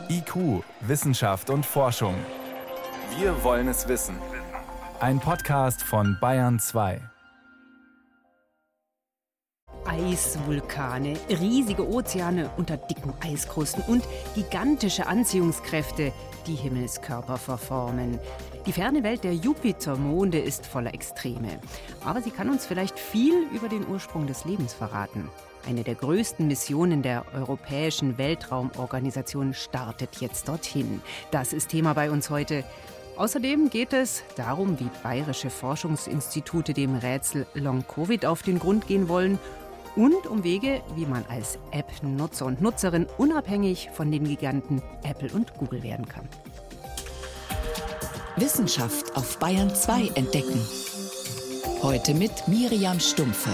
IQ, Wissenschaft und Forschung. Wir wollen es wissen. Ein Podcast von Bayern 2. Eisvulkane, riesige Ozeane unter dicken Eiskrusten und gigantische Anziehungskräfte, die Himmelskörper verformen. Die ferne Welt der Jupitermonde ist voller Extreme. Aber sie kann uns vielleicht viel über den Ursprung des Lebens verraten. Eine der größten Missionen der Europäischen Weltraumorganisation startet jetzt dorthin. Das ist Thema bei uns heute. Außerdem geht es darum, wie bayerische Forschungsinstitute dem Rätsel Long-Covid auf den Grund gehen wollen und um Wege, wie man als App-Nutzer und Nutzerin unabhängig von den Giganten Apple und Google werden kann. Wissenschaft auf Bayern 2 entdecken. Heute mit Miriam Stumpfe.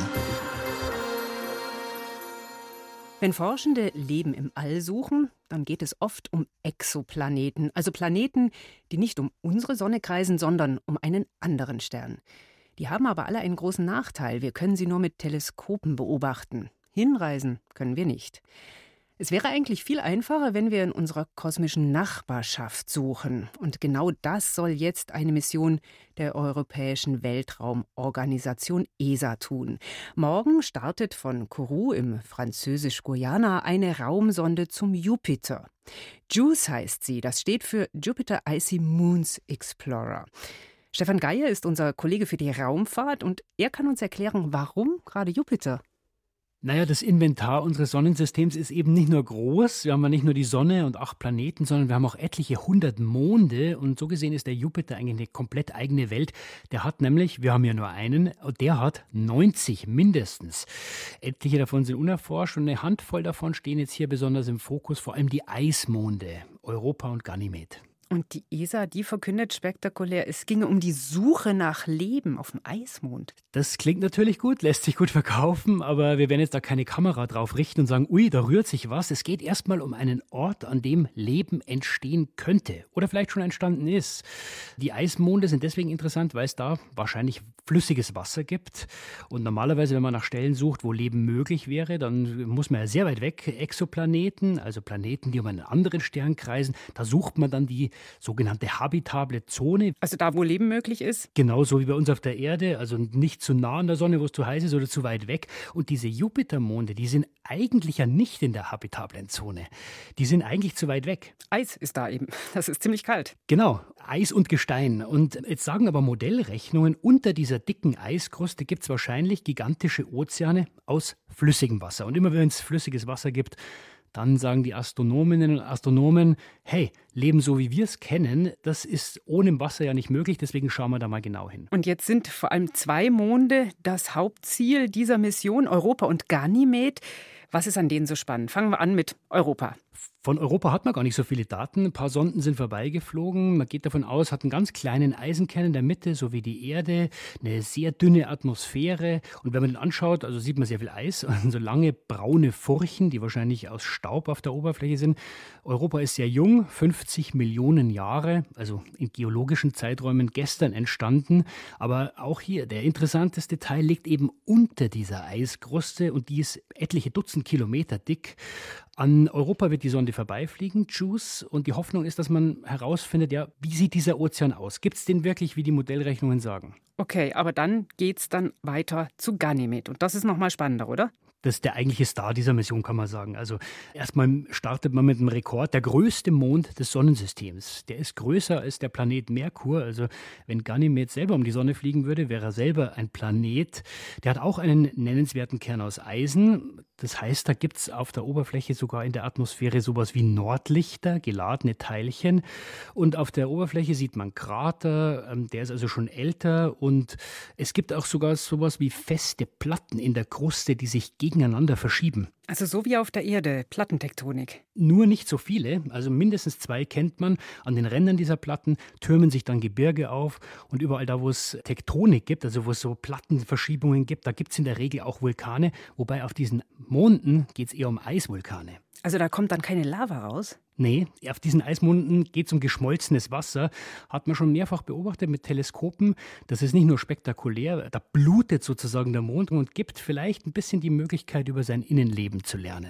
Wenn Forschende Leben im All suchen, dann geht es oft um Exoplaneten, also Planeten, die nicht um unsere Sonne kreisen, sondern um einen anderen Stern. Die haben aber alle einen großen Nachteil. Wir können sie nur mit Teleskopen beobachten. Hinreisen können wir nicht. Es wäre eigentlich viel einfacher, wenn wir in unserer kosmischen Nachbarschaft suchen. Und genau das soll jetzt eine Mission der Europäischen Weltraumorganisation ESA tun. Morgen startet von Kourou im französisch-Guyana eine Raumsonde zum Jupiter. JUICE heißt sie, das steht für Jupiter Icy Moons Explorer. Stefan Geier ist unser Kollege für die Raumfahrt und er kann uns erklären, warum gerade Jupiter? Naja, das Inventar unseres Sonnensystems ist eben nicht nur groß. Wir haben ja nicht nur die Sonne und 8 Planeten, sondern wir haben auch etliche 100 Monde. Und so gesehen ist der Jupiter eigentlich eine komplett eigene Welt. Der hat nämlich, wir haben ja nur einen, der hat 90 mindestens. Etliche davon sind unerforscht und eine Handvoll davon stehen jetzt hier besonders im Fokus, vor allem die Eismonde, Europa und Ganymed. Und die ESA, die verkündet spektakulär, es ginge um die Suche nach Leben auf dem Eismond. Das klingt natürlich gut, lässt sich gut verkaufen, aber wir werden jetzt da keine Kamera drauf richten und sagen, ui, da rührt sich was. Es geht erstmal um einen Ort, an dem Leben entstehen könnte oder vielleicht schon entstanden ist. Die Eismonde sind deswegen interessant, weil es da wahrscheinlich flüssiges Wasser gibt. Und normalerweise, wenn man nach Stellen sucht, wo Leben möglich wäre, dann muss man ja sehr weit weg, Exoplaneten, also Planeten, die um einen anderen Stern kreisen, da sucht man dann die sogenannte habitable Zone. Also da, wo Leben möglich ist? Genauso wie bei uns auf der Erde, also nicht zu nah an der Sonne, wo es zu heiß ist oder zu weit weg. Und diese Jupitermonde, die sind eigentlich ja nicht in der habitablen Zone. Die sind eigentlich zu weit weg. Eis ist da eben. Das ist ziemlich kalt. Genau, Eis und Gestein. Und jetzt sagen aber Modellrechnungen, unter dieser dicken Eiskruste gibt es wahrscheinlich gigantische Ozeane aus flüssigem Wasser. Und immer wenn es flüssiges Wasser gibt, dann sagen die Astronominnen und Astronomen, hey, Leben so wie wir es kennen, das ist ohne Wasser ja nicht möglich, deswegen schauen wir da mal genau hin. Und jetzt sind vor allem 2 Monde das Hauptziel dieser Mission, Europa und Ganymed. Was ist an denen so spannend? Fangen wir an mit Europa. Von Europa hat man gar nicht so viele Daten. Ein paar Sonden sind vorbeigeflogen. Man geht davon aus, hat einen ganz kleinen Eisenkern in der Mitte, so wie die Erde, eine sehr dünne Atmosphäre. Und wenn man den anschaut, also sieht man sehr viel Eis und so lange braune Furchen, die wahrscheinlich aus Staub auf der Oberfläche sind. Europa ist sehr jung, 50 Millionen Jahre, also in geologischen Zeiträumen gestern entstanden. Aber auch hier, der interessanteste Teil liegt eben unter dieser Eiskruste und die ist etliche Dutzend Kilometer dick. An Europa wird die Sonde vorbeifliegen, JUICE, und die Hoffnung ist, dass man herausfindet, ja, wie sieht dieser Ozean aus? Gibt es den wirklich, wie die Modellrechnungen sagen? Okay, aber dann geht's dann weiter zu Ganymed. Und das ist nochmal spannender, oder? Das ist der eigentliche Star dieser Mission, kann man sagen. Also erstmal startet man mit einem Rekord, der größte Mond des Sonnensystems. Der ist größer als der Planet Merkur. Also wenn Ganymed selber um die Sonne fliegen würde, wäre er selber ein Planet. Der hat auch einen nennenswerten Kern aus Eisen. Das heißt, da gibt es auf der Oberfläche sogar in der Atmosphäre sowas wie Nordlichter, geladene Teilchen. Und auf der Oberfläche sieht man Krater, der ist also schon älter. Und es gibt auch sogar sowas wie feste Platten in der Kruste, die sich gegeneinander verschieben. Also so wie auf der Erde, Plattentektonik. Nur nicht so viele, also mindestens 2 kennt man. An den Rändern dieser Platten türmen sich dann Gebirge auf und überall da, wo es Tektonik gibt, also wo es so Plattenverschiebungen gibt, da gibt es in der Regel auch Vulkane, wobei auf diesen Monden geht es eher um Eisvulkane. Also da kommt dann keine Lava raus? Nee, auf diesen Eismonden geht es um geschmolzenes Wasser. Hat man schon mehrfach beobachtet mit Teleskopen. Das ist nicht nur spektakulär, da blutet sozusagen der Mond und gibt vielleicht ein bisschen die Möglichkeit, über sein Innenleben zu lernen.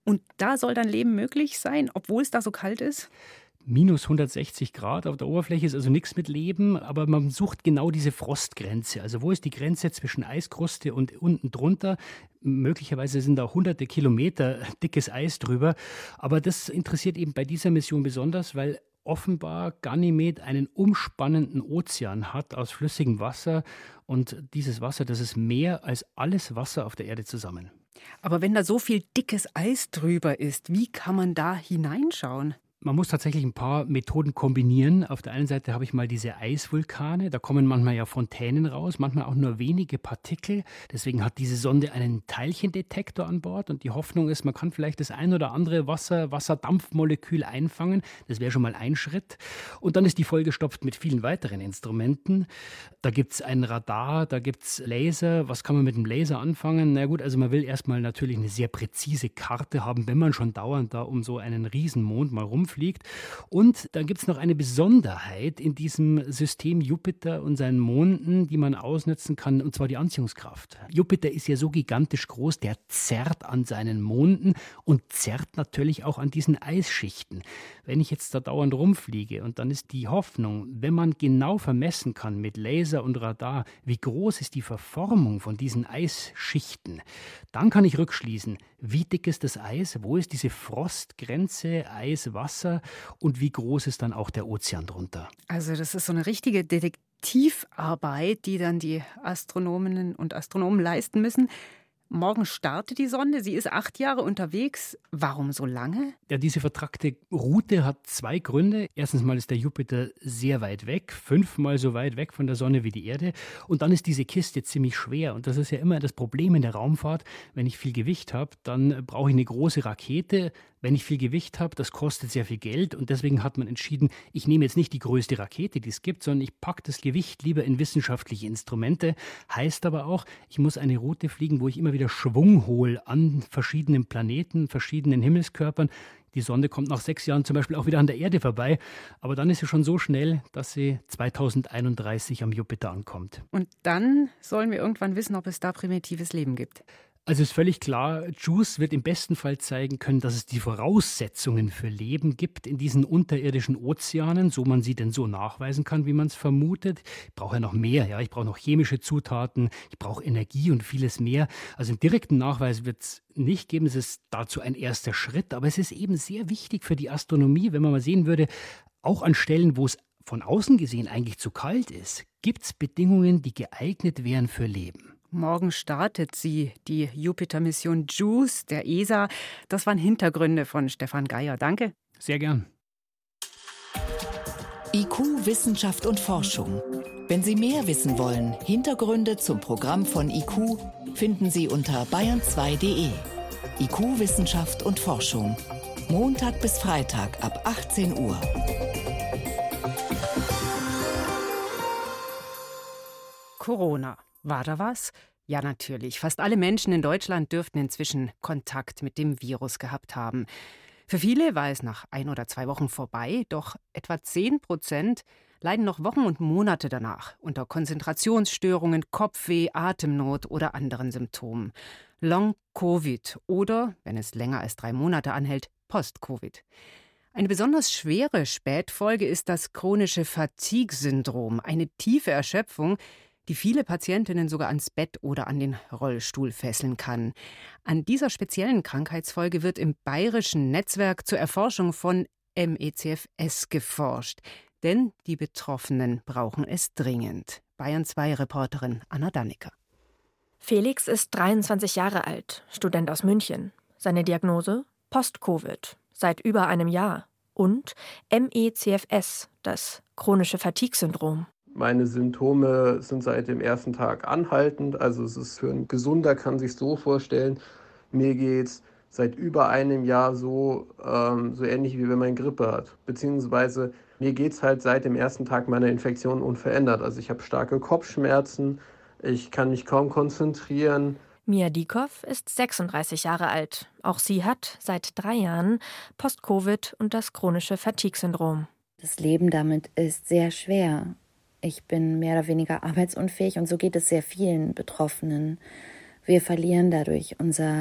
Und da soll dann Leben möglich sein, obwohl es da so kalt ist? Minus 160 Grad auf der Oberfläche ist also nichts mit Leben, aber man sucht genau diese Frostgrenze. Also wo ist die Grenze zwischen Eiskruste und unten drunter? Möglicherweise sind da hunderte Kilometer dickes Eis drüber. Aber das interessiert eben bei dieser Mission besonders, weil offenbar Ganymed einen umspannenden Ozean hat aus flüssigem Wasser. Und dieses Wasser, das ist mehr als alles Wasser auf der Erde zusammen. Aber wenn da so viel dickes Eis drüber ist, wie kann man da hineinschauen? Man muss tatsächlich ein paar Methoden kombinieren. Auf der einen Seite habe ich mal diese Eisvulkane, da kommen manchmal ja Fontänen raus, manchmal auch nur wenige Partikel. Deswegen hat diese Sonde einen Teilchendetektor an Bord und die Hoffnung ist, man kann vielleicht das ein oder andere Wasserdampfmolekül einfangen. Das wäre schon mal ein Schritt. Und dann ist die vollgestopft mit vielen weiteren Instrumenten. Da gibt es ein Radar, da gibt es Laser. Was kann man mit dem Laser anfangen? Na gut, also man will erstmal natürlich eine sehr präzise Karte haben, wenn man schon dauernd da um so einen Riesenmond mal rumfliegt. Und dann gibt es noch eine Besonderheit in diesem System Jupiter und seinen Monden, die man ausnutzen kann, und zwar die Anziehungskraft. Jupiter ist ja so gigantisch groß, der zerrt an seinen Monden und zerrt natürlich auch an diesen Eisschichten. Wenn ich jetzt da dauernd rumfliege und dann ist die Hoffnung, wenn man genau vermessen kann mit Laser und Radar, wie groß ist die Verformung von diesen Eisschichten, dann kann ich rückschließen, wie dick ist das Eis, wo ist diese Frostgrenze, Eis, Wasser und wie groß ist dann auch der Ozean drunter. Also das ist so eine richtige Detektivarbeit, die dann die Astronominnen und Astronomen leisten müssen. Morgen startet die Sonde, sie ist 8 Jahre unterwegs. Warum so lange? Ja, diese vertrackte Route hat 2 Gründe. Erstens mal ist der Jupiter sehr weit weg, 5-mal so weit weg von der Sonne wie die Erde. Und dann ist diese Kiste ziemlich schwer. Und das ist ja immer das Problem in der Raumfahrt. Wenn ich viel Gewicht habe, dann brauche ich eine große Rakete. Wenn ich viel Gewicht habe, das kostet sehr viel Geld. Und deswegen hat man entschieden, ich nehme jetzt nicht die größte Rakete, die es gibt, sondern ich packe das Gewicht lieber in wissenschaftliche Instrumente. Heißt aber auch, ich muss eine Route fliegen, wo ich immer wieder Schwung hole an verschiedenen Planeten, verschiedenen Himmelskörpern. Die Sonde kommt nach 6 Jahren zum Beispiel auch wieder an der Erde vorbei. Aber dann ist sie schon so schnell, dass sie 2031 am Jupiter ankommt. Und dann sollen wir irgendwann wissen, ob es da primitives Leben gibt. Also ist völlig klar, JUICE wird im besten Fall zeigen können, dass es die Voraussetzungen für Leben gibt in diesen unterirdischen Ozeanen, so man sie denn so nachweisen kann, wie man es vermutet. Ich brauche ja noch mehr, ja, ich brauche noch chemische Zutaten, ich brauche Energie und vieles mehr. Also einen direkten Nachweis wird es nicht geben, es ist dazu ein erster Schritt, aber es ist eben sehr wichtig für die Astronomie, wenn man mal sehen würde, auch an Stellen, wo es von außen gesehen eigentlich zu kalt ist, gibt es Bedingungen, die geeignet wären für Leben. Morgen startet sie, die Jupiter-Mission JUICE der ESA. Das waren Hintergründe von Stefan Geier. Danke. Sehr gern. IQ, Wissenschaft und Forschung. Wenn Sie mehr wissen wollen, Hintergründe zum Programm von IQ finden Sie unter bayern2.de. IQ, Wissenschaft und Forschung. Montag bis Freitag ab 18 Uhr. Corona. War da was? Ja, natürlich. Fast alle Menschen in Deutschland dürften inzwischen Kontakt mit dem Virus gehabt haben. Für viele war es nach 1 oder 2 Wochen vorbei, doch etwa 10% leiden noch Wochen und Monate danach unter Konzentrationsstörungen, Kopfweh, Atemnot oder anderen Symptomen. Long-Covid oder, wenn es länger als 3 Monate anhält, Post-Covid. Eine besonders schwere Spätfolge ist das chronische Fatigue-Syndrom, eine tiefe Erschöpfung, die viele Patientinnen sogar ans Bett oder an den Rollstuhl fesseln kann. An dieser speziellen Krankheitsfolge wird im Bayerischen Netzwerk zur Erforschung von MECFS geforscht. Denn die Betroffenen brauchen es dringend. Bayern2-Reporterin Anna Dannecker. Felix ist 23 Jahre alt, Student aus München. Seine Diagnose? Post-Covid, seit über einem Jahr. Und MECFS, das chronische Fatigue-Syndrom. Meine Symptome sind seit dem ersten Tag anhaltend. Also es ist für einen Gesunder, kann sich so vorstellen, mir geht's seit über einem Jahr so ähnlich wie wenn man Grippe hat. Beziehungsweise mir geht's halt seit dem ersten Tag meiner Infektion unverändert. Also ich habe starke Kopfschmerzen, ich kann mich kaum konzentrieren. Mia Diekow ist 36 Jahre alt. Auch sie hat seit 3 Jahren Post-Covid und das chronische Fatigue-Syndrom. Das Leben damit ist sehr schwer. Ich bin mehr oder weniger arbeitsunfähig und so geht es sehr vielen Betroffenen. Wir verlieren dadurch unser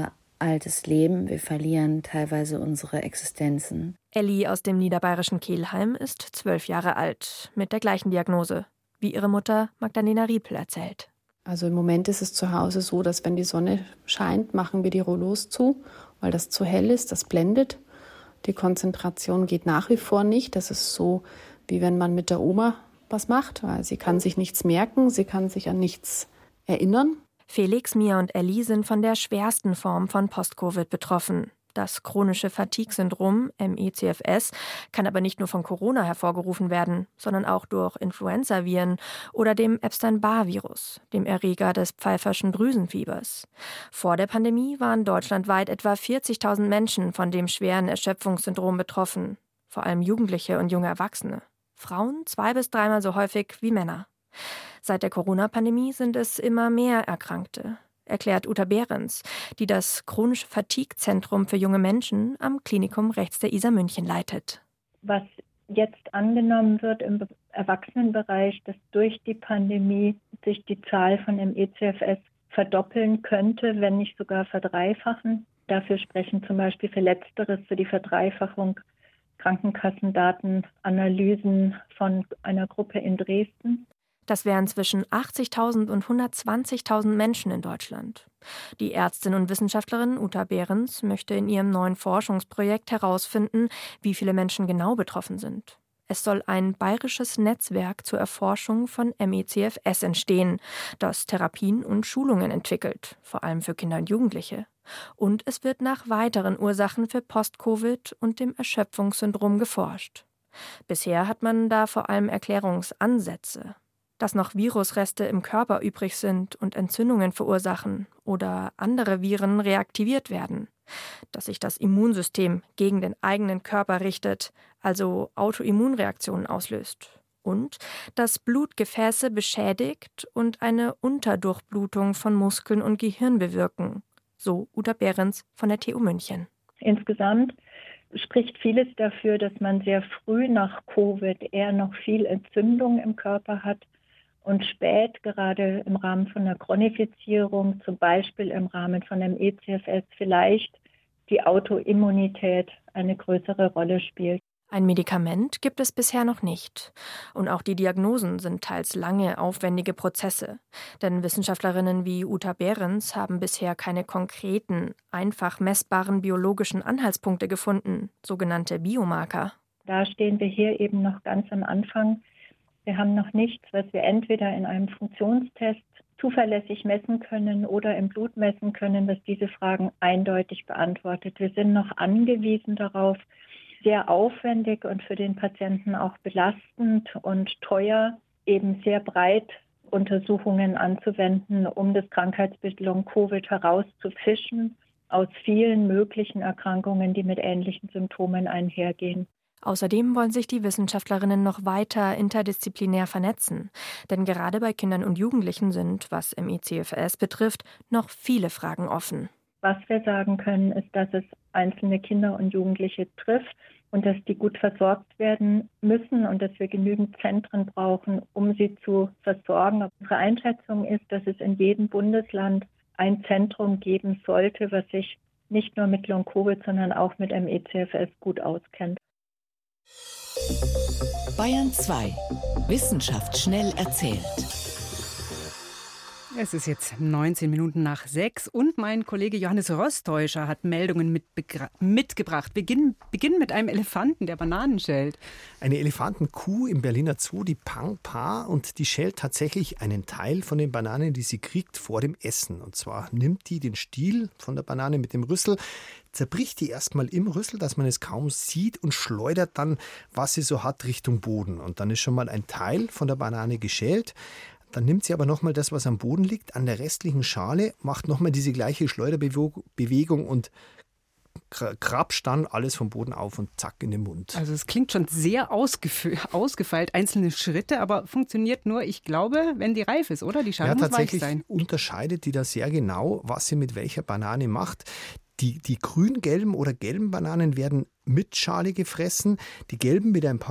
altes Leben, wir verlieren teilweise unsere Existenzen. Elli aus dem niederbayerischen Kelheim ist 12 Jahre alt, mit der gleichen Diagnose, wie ihre Mutter Magdalena Riepel erzählt. Also im Moment ist es zu Hause so, dass wenn die Sonne scheint, machen wir die Rollos zu, weil das zu hell ist, das blendet. Die Konzentration geht nach wie vor nicht. Das ist so, wie wenn man mit der Oma was macht, weil sie kann sich nichts merken, sie kann sich an nichts erinnern. Felix, Mia und Elli sind von der schwersten Form von Post-Covid betroffen. Das chronische Fatigue-Syndrom, ME/CFS, kann aber nicht nur von Corona hervorgerufen werden, sondern auch durch Influenzaviren oder dem Epstein-Barr-Virus, dem Erreger des Pfeifferschen Drüsenfiebers. Vor der Pandemie waren deutschlandweit etwa 40.000 Menschen von dem schweren Erschöpfungssyndrom betroffen, vor allem Jugendliche und junge Erwachsene. Frauen 2- bis 3-mal so häufig wie Männer. Seit der Corona-Pandemie sind es immer mehr Erkrankte, erklärt Uta Behrens, die das chronische Fatigue-Zentrum für junge Menschen am Klinikum rechts der Isar München leitet. Was jetzt angenommen wird im Erwachsenenbereich, dass durch die Pandemie sich die Zahl von ME/CFS verdoppeln könnte, wenn nicht sogar verdreifachen. Dafür sprechen zum Beispiel für Letzteres, für die Verdreifachung Krankenkassendatenanalysen von einer Gruppe in Dresden. Das wären zwischen 80.000 und 120.000 Menschen in Deutschland. Die Ärztin und Wissenschaftlerin Uta Behrens möchte in ihrem neuen Forschungsprojekt herausfinden, wie viele Menschen genau betroffen sind. Es soll ein bayerisches Netzwerk zur Erforschung von ME/CFS entstehen, das Therapien und Schulungen entwickelt, vor allem für Kinder und Jugendliche. Und es wird nach weiteren Ursachen für Post-Covid und dem Erschöpfungssyndrom geforscht. Bisher hat man da vor allem Erklärungsansätze. Dass noch Virusreste im Körper übrig sind und Entzündungen verursachen oder andere Viren reaktiviert werden. Dass sich das Immunsystem gegen den eigenen Körper richtet, also Autoimmunreaktionen auslöst. Und dass Blutgefäße beschädigt und eine Unterdurchblutung von Muskeln und Gehirn bewirken. So Uta Behrens von der TU München. Insgesamt spricht vieles dafür, dass man sehr früh nach Covid eher noch viel Entzündung im Körper hat und spät, gerade im Rahmen von einer Chronifizierung, zum Beispiel im Rahmen von einem ME/CFS, vielleicht die Autoimmunität eine größere Rolle spielt. Ein Medikament gibt es bisher noch nicht. Und auch die Diagnosen sind teils lange, aufwendige Prozesse. Denn Wissenschaftlerinnen wie Uta Behrens haben bisher keine konkreten, einfach messbaren biologischen Anhaltspunkte gefunden, sogenannte Biomarker. Da stehen wir hier eben noch ganz am Anfang. Wir haben noch nichts, was wir entweder in einem Funktionstest zuverlässig messen können oder im Blut messen können, das diese Fragen eindeutig beantwortet. Wir sind noch angewiesen darauf, sehr aufwendig und für den Patienten auch belastend und teuer, eben sehr breit Untersuchungen anzuwenden, um das Krankheitsbild Long-Covid herauszufischen aus vielen möglichen Erkrankungen, die mit ähnlichen Symptomen einhergehen. Außerdem wollen sich die Wissenschaftlerinnen noch weiter interdisziplinär vernetzen. Denn gerade bei Kindern und Jugendlichen sind, was ME/CFS betrifft, noch viele Fragen offen. Was wir sagen können, ist, dass es einzelne Kinder und Jugendliche trifft und dass die gut versorgt werden müssen und dass wir genügend Zentren brauchen, um sie zu versorgen. Unsere Einschätzung ist, dass es in jedem Bundesland ein Zentrum geben sollte, was sich nicht nur mit Long-Covid, sondern auch mit ME/CFS gut auskennt. Bayern 2. Wissenschaft schnell erzählt. Es ist jetzt 19 Minuten nach 6 und mein Kollege Johannes Rostäuscher hat Meldungen mitgebracht. Beginnen mit einem Elefanten, der Bananen schält. Eine Elefantenkuh im Berliner Zoo, die Pang Pa, und die schält tatsächlich einen Teil von den Bananen, die sie kriegt, vor dem Essen. Und zwar nimmt die den Stiel von der Banane mit dem Rüssel, zerbricht die erstmal im Rüssel, dass man es kaum sieht, und schleudert dann, was sie so hat, Richtung Boden. Und dann ist schon mal ein Teil von der Banane geschält. Dann nimmt sie aber nochmal das, was am Boden liegt, an der restlichen Schale, macht nochmal diese gleiche Schleuderbewegung und krapscht dann alles vom Boden auf und zack in den Mund. Also es klingt schon sehr ausgefeilt, einzelne Schritte, aber funktioniert nur, ich glaube, wenn die reif ist, oder? Die Schale muss weich sein. Tatsächlich unterscheidet die da sehr genau, was sie mit welcher Banane macht. Die grün-gelben oder gelben Bananen werden mit Schale gefressen, die gelben mit ein paar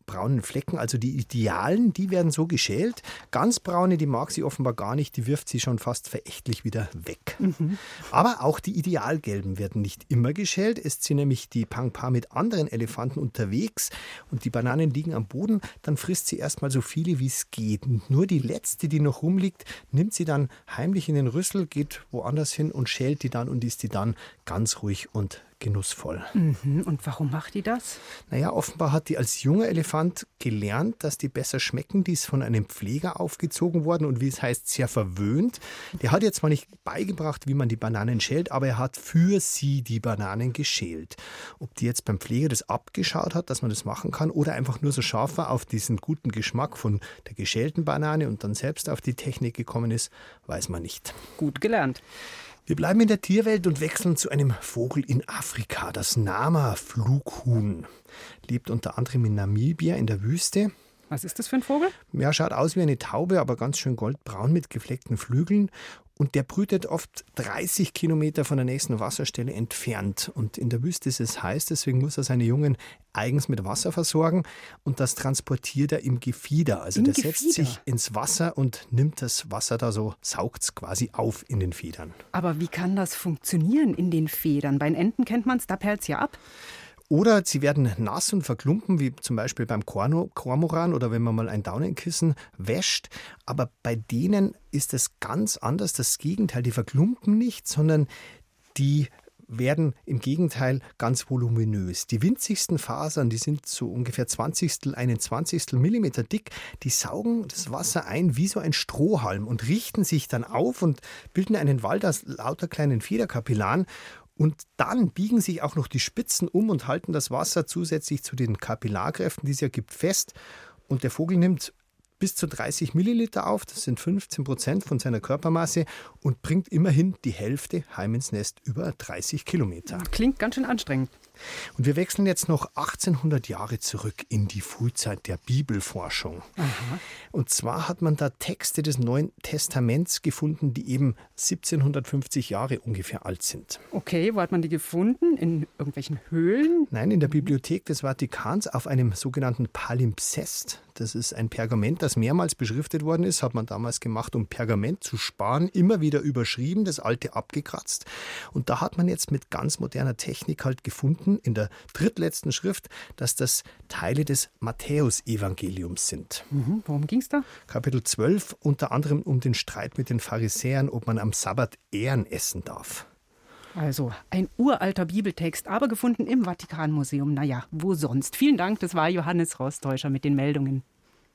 braunen Flecken, also die idealen, die werden so geschält. Ganz braune, die mag sie offenbar gar nicht, die wirft sie schon fast verächtlich wieder weg. Aber auch die idealgelben werden nicht immer geschält. Ist sie nämlich die Pangpa mit anderen Elefanten unterwegs und die Bananen liegen am Boden, dann frisst sie erstmal so viele, wie es geht. Und nur die letzte, die noch rumliegt, nimmt sie dann heimlich in den Rüssel, geht woanders hin und schält die dann und isst die dann ganz ruhig und genussvoll. Und warum macht die das? Naja, offenbar hat die als junger Elefant gelernt, dass die besser schmecken. Die ist von einem Pfleger aufgezogen worden und wie es heißt, sehr verwöhnt. Der hat jetzt mal nicht beigebracht, wie man die Bananen schält, aber er hat für sie die Bananen geschält. Ob die jetzt beim Pfleger das abgeschaut hat, dass man das machen kann, oder einfach nur so scharf war auf diesen guten Geschmack von der geschälten Banane und dann selbst auf die Technik gekommen ist, weiß man nicht. Gut gelernt. Wir bleiben in der Tierwelt und wechseln zu einem Vogel in Afrika. Das Nama-Flughuhn lebt unter anderem in Namibia in der Wüste. Was ist das für ein Vogel? Ja, schaut aus wie eine Taube, aber ganz schön goldbraun mit gefleckten Flügeln. Und der brütet oft 30 Kilometer von der nächsten Wasserstelle entfernt. Und in der Wüste ist es heiß, deswegen muss er seine Jungen eigens mit Wasser versorgen. Und das transportiert er im Gefieder. Also der setzt sich ins Wasser und nimmt das Wasser da so, saugt es quasi auf in den Federn. Aber wie kann das funktionieren in den Federn? Bei den Enten kennt man es, da perlt es ja ab. Oder sie werden nass und verklumpen, wie zum Beispiel beim Kormoran oder wenn man mal ein Daunenkissen wäscht. Aber bei denen ist es ganz anders. Das Gegenteil, die verklumpen nicht, sondern die werden im Gegenteil ganz voluminös. Die winzigsten Fasern, die sind so ungefähr 1/20 Millimeter dick, die saugen das Wasser ein wie so ein Strohhalm und richten sich dann auf und bilden einen Wald aus lauter kleinen Federkapillaren. Und dann biegen sich auch noch die Spitzen um und halten das Wasser zusätzlich zu den Kapillarkräften, die es ja gibt, fest. Und der Vogel nimmt bis zu 30 Milliliter auf, das sind 15% von seiner Körpermasse und bringt immerhin die Hälfte heim ins Nest, über 30 Kilometer. Klingt ganz schön anstrengend. Und wir wechseln jetzt noch 1800 Jahre zurück in die Frühzeit der Bibelforschung. Aha. Und zwar hat man da Texte des Neuen Testaments gefunden, die eben 1750 Jahre ungefähr alt sind. Okay, wo hat man die gefunden? In irgendwelchen Höhlen? Nein, in der Bibliothek des Vatikans auf einem sogenannten Palimpsest. Das ist ein Pergament, das mehrmals beschriftet worden ist, hat man damals gemacht, um Pergament zu sparen, immer wieder überschrieben, das alte abgekratzt. Und da hat man jetzt mit ganz moderner Technik halt gefunden, in der drittletzten Schrift, dass das Teile des Matthäus-Evangeliums sind. Worum ging es da? Kapitel 12, unter anderem um den Streit mit den Pharisäern, ob man am Sabbat Ähren essen darf. Also ein uralter Bibeltext, aber gefunden im Vatikanmuseum. Naja, wo sonst? Vielen Dank, das war Johannes Rostäuscher mit den Meldungen.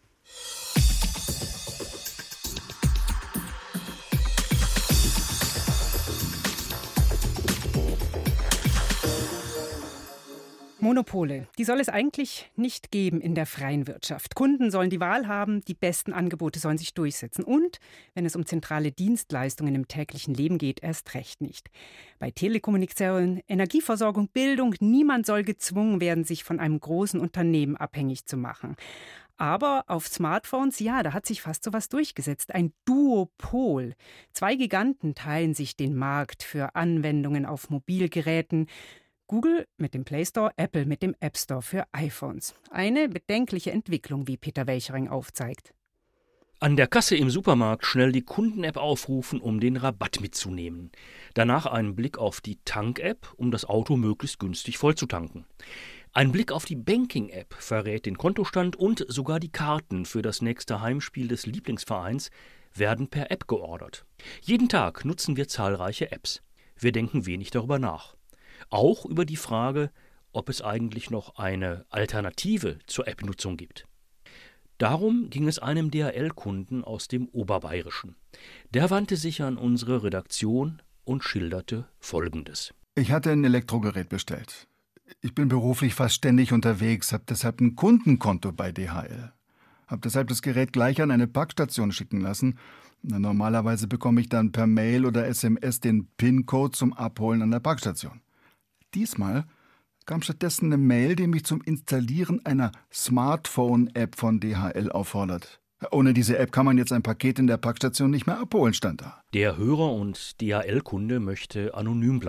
Monopole, die soll es eigentlich nicht geben in der freien Wirtschaft. Kunden sollen die Wahl haben, die besten Angebote sollen sich durchsetzen. Und wenn es um zentrale Dienstleistungen im täglichen Leben geht, erst recht nicht. Bei Telekommunikation, Energieversorgung, Bildung, niemand soll gezwungen werden, sich von einem großen Unternehmen abhängig zu machen. Aber auf Smartphones, ja, da hat sich fast sowas durchgesetzt. Ein Duopol. 2 Giganten teilen sich den Markt für Anwendungen auf Mobilgeräten. Google mit dem Play Store, Apple mit dem App Store für iPhones. Eine bedenkliche Entwicklung, wie Peter Welchering aufzeigt. An der Kasse im Supermarkt schnell die Kunden-App aufrufen, um den Rabatt mitzunehmen. Danach einen Blick auf die Tank-App, um das Auto möglichst günstig vollzutanken. Ein Blick auf die Banking-App verrät den Kontostand und sogar die Karten für das nächste Heimspiel des Lieblingsvereins werden per App geordert. Jeden Tag nutzen wir zahlreiche Apps. Wir denken wenig darüber nach. Auch über die Frage, ob es eigentlich noch eine Alternative zur App-Nutzung gibt. Darum ging es einem DHL-Kunden aus dem Oberbayerischen. Der wandte sich an unsere Redaktion und schilderte Folgendes. Ich hatte ein Elektrogerät bestellt. Ich bin beruflich fast ständig unterwegs, habe deshalb ein Kundenkonto bei DHL. Habe deshalb das Gerät gleich an eine Packstation schicken lassen. Normalerweise bekomme ich dann per Mail oder SMS den PIN-Code zum Abholen an der Packstation. Diesmal kam stattdessen eine Mail, die mich zum Installieren einer Smartphone-App von DHL auffordert. Ohne diese App kann man jetzt ein Paket in der Packstation nicht mehr abholen, stand da. Der Hörer und DHL-Kunde möchte anonym bleiben.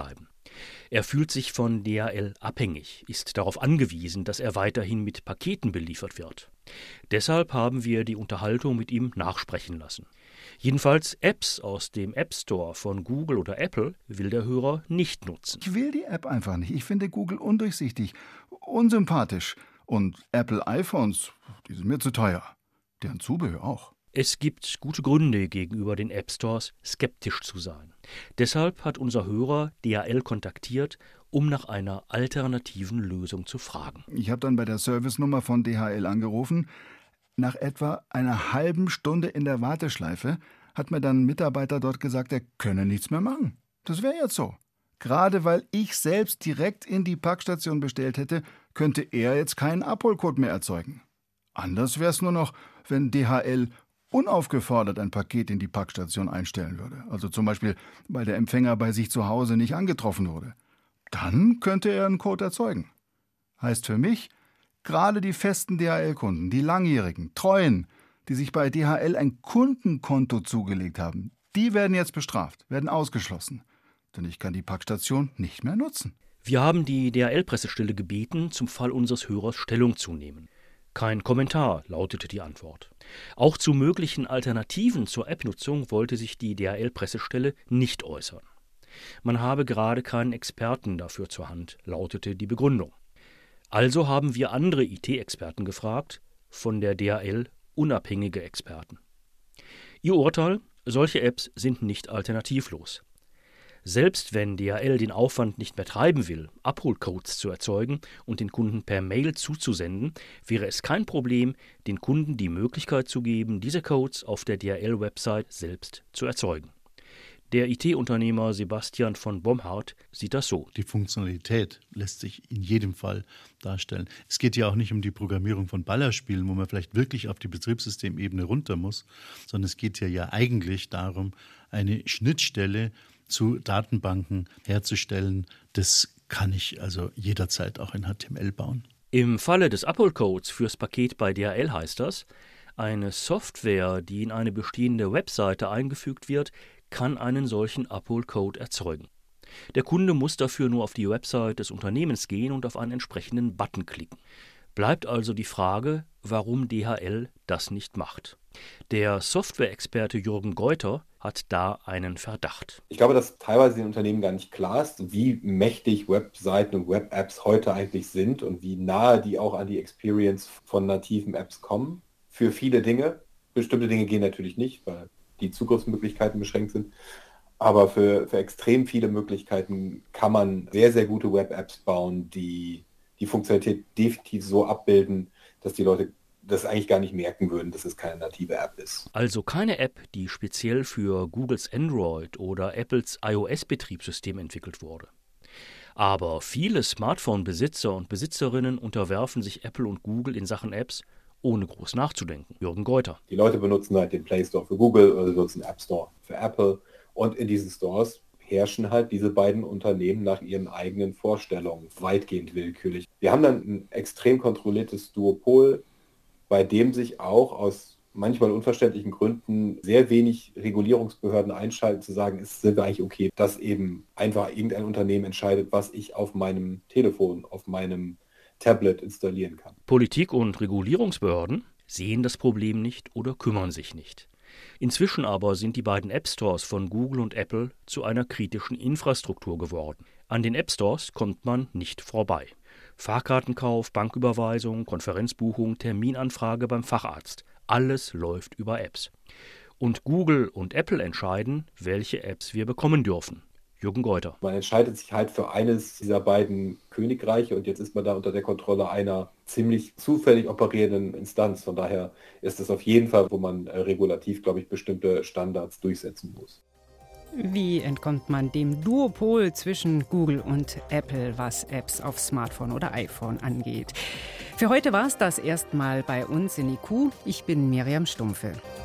Er fühlt sich von DHL abhängig, ist darauf angewiesen, dass er weiterhin mit Paketen beliefert wird. Deshalb haben wir die Unterhaltung mit ihm nachsprechen lassen. Jedenfalls Apps aus dem App Store von Google oder Apple will der Hörer nicht nutzen. Ich will die App einfach nicht. Ich finde Google undurchsichtig, unsympathisch. Und Apple iPhones, die sind mir zu teuer. Deren Zubehör auch. Es gibt gute Gründe, gegenüber den App Stores skeptisch zu sein. Deshalb hat unser Hörer DHL kontaktiert, um nach einer alternativen Lösung zu fragen. Ich habe dann bei der Servicenummer von DHL angerufen. Nach etwa einer halben Stunde in der Warteschleife hat mir dann ein Mitarbeiter dort gesagt, er könne nichts mehr machen. Das wäre jetzt so. Gerade weil ich selbst direkt in die Packstation bestellt hätte, könnte er jetzt keinen Abholcode mehr erzeugen. Anders wäre es nur noch, wenn DHL unaufgefordert ein Paket in die Packstation einstellen würde. Also zum Beispiel, weil der Empfänger bei sich zu Hause nicht angetroffen wurde. Dann könnte er einen Code erzeugen. Heißt für mich, gerade die festen DHL-Kunden, die langjährigen, treuen, die sich bei DHL ein Kundenkonto zugelegt haben, die werden jetzt bestraft, werden ausgeschlossen. Denn ich kann die Packstation nicht mehr nutzen. Wir haben die DHL-Pressestelle gebeten, zum Fall unseres Hörers Stellung zu nehmen. Kein Kommentar, lautete die Antwort. Auch zu möglichen Alternativen zur App-Nutzung wollte sich die DHL-Pressestelle nicht äußern. Man habe gerade keinen Experten dafür zur Hand, lautete die Begründung. Also haben wir andere IT-Experten gefragt, von der DHL unabhängige Experten. Ihr Urteil: Solche Apps sind nicht alternativlos. Selbst wenn DHL den Aufwand nicht mehr treiben will, Abholcodes zu erzeugen und den Kunden per Mail zuzusenden, wäre es kein Problem, den Kunden die Möglichkeit zu geben, diese Codes auf der DHL-Website selbst zu erzeugen. Der IT-Unternehmer Sebastian von Bomhard sieht das so. Die Funktionalität lässt sich in jedem Fall darstellen. Es geht ja auch nicht um die Programmierung von Ballerspielen, wo man vielleicht wirklich auf die Betriebssystemebene runter muss, sondern es geht ja eigentlich darum, eine Schnittstelle zu Datenbanken herzustellen. Das kann ich also jederzeit auch in HTML bauen. Im Falle des Abholcodes fürs Paket bei DHL heißt das, eine Software, die in eine bestehende Webseite eingefügt wird, kann einen solchen Abholcode erzeugen. Der Kunde muss dafür nur auf die Website des Unternehmens gehen und auf einen entsprechenden Button klicken. Bleibt also die Frage, warum DHL das nicht macht. Der Software-Experte Jürgen Geuter hat da einen Verdacht. Ich glaube, dass teilweise den Unternehmen gar nicht klar ist, wie mächtig Webseiten und Web-Apps heute eigentlich sind und wie nahe die auch an die Experience von nativen Apps kommen. Für viele Dinge. Bestimmte Dinge gehen natürlich nicht, weil die Zugriffsmöglichkeiten beschränkt sind. Aber für extrem viele Möglichkeiten kann man sehr, sehr gute Web-Apps bauen, die die Funktionalität definitiv so abbilden, dass die Leute das eigentlich gar nicht merken würden, dass es keine native App ist. Also keine App, die speziell für Googles Android oder Apples iOS-Betriebssystem entwickelt wurde. Aber viele Smartphone-Besitzer und Besitzerinnen unterwerfen sich Apple und Google in Sachen Apps, ohne groß nachzudenken. Jürgen Geuter. Die Leute benutzen halt den Play Store für Google oder benutzen den App Store für Apple. Und in diesen Stores herrschen halt diese beiden Unternehmen nach ihren eigenen Vorstellungen, weitgehend willkürlich. Wir haben dann ein extrem kontrolliertes Duopol, bei dem sich auch aus manchmal unverständlichen Gründen sehr wenig Regulierungsbehörden einschalten, zu sagen, es sind wir eigentlich okay, dass eben einfach irgendein Unternehmen entscheidet, was ich auf meinem Telefon, auf meinem Tablet installieren kann. Politik und Regulierungsbehörden sehen das Problem nicht oder kümmern sich nicht. Inzwischen aber sind die beiden App Stores von Google und Apple zu einer kritischen Infrastruktur geworden. An den App Stores kommt man nicht vorbei. Fahrkartenkauf, Banküberweisung, Konferenzbuchung, Terminanfrage beim Facharzt. Alles läuft über Apps. Und Google und Apple entscheiden, welche Apps wir bekommen dürfen. Jürgen Geuter. Man entscheidet sich halt für eines dieser beiden Königreiche und jetzt ist man da unter der Kontrolle einer ziemlich zufällig operierenden Instanz. Von daher ist es auf jeden Fall, wo man regulativ, glaube ich, bestimmte Standards durchsetzen muss. Wie entkommt man dem Duopol zwischen Google und Apple, was Apps auf Smartphone oder iPhone angeht? Für heute war es das erstmal bei uns in IQ. Ich bin Miriam Stumpfe.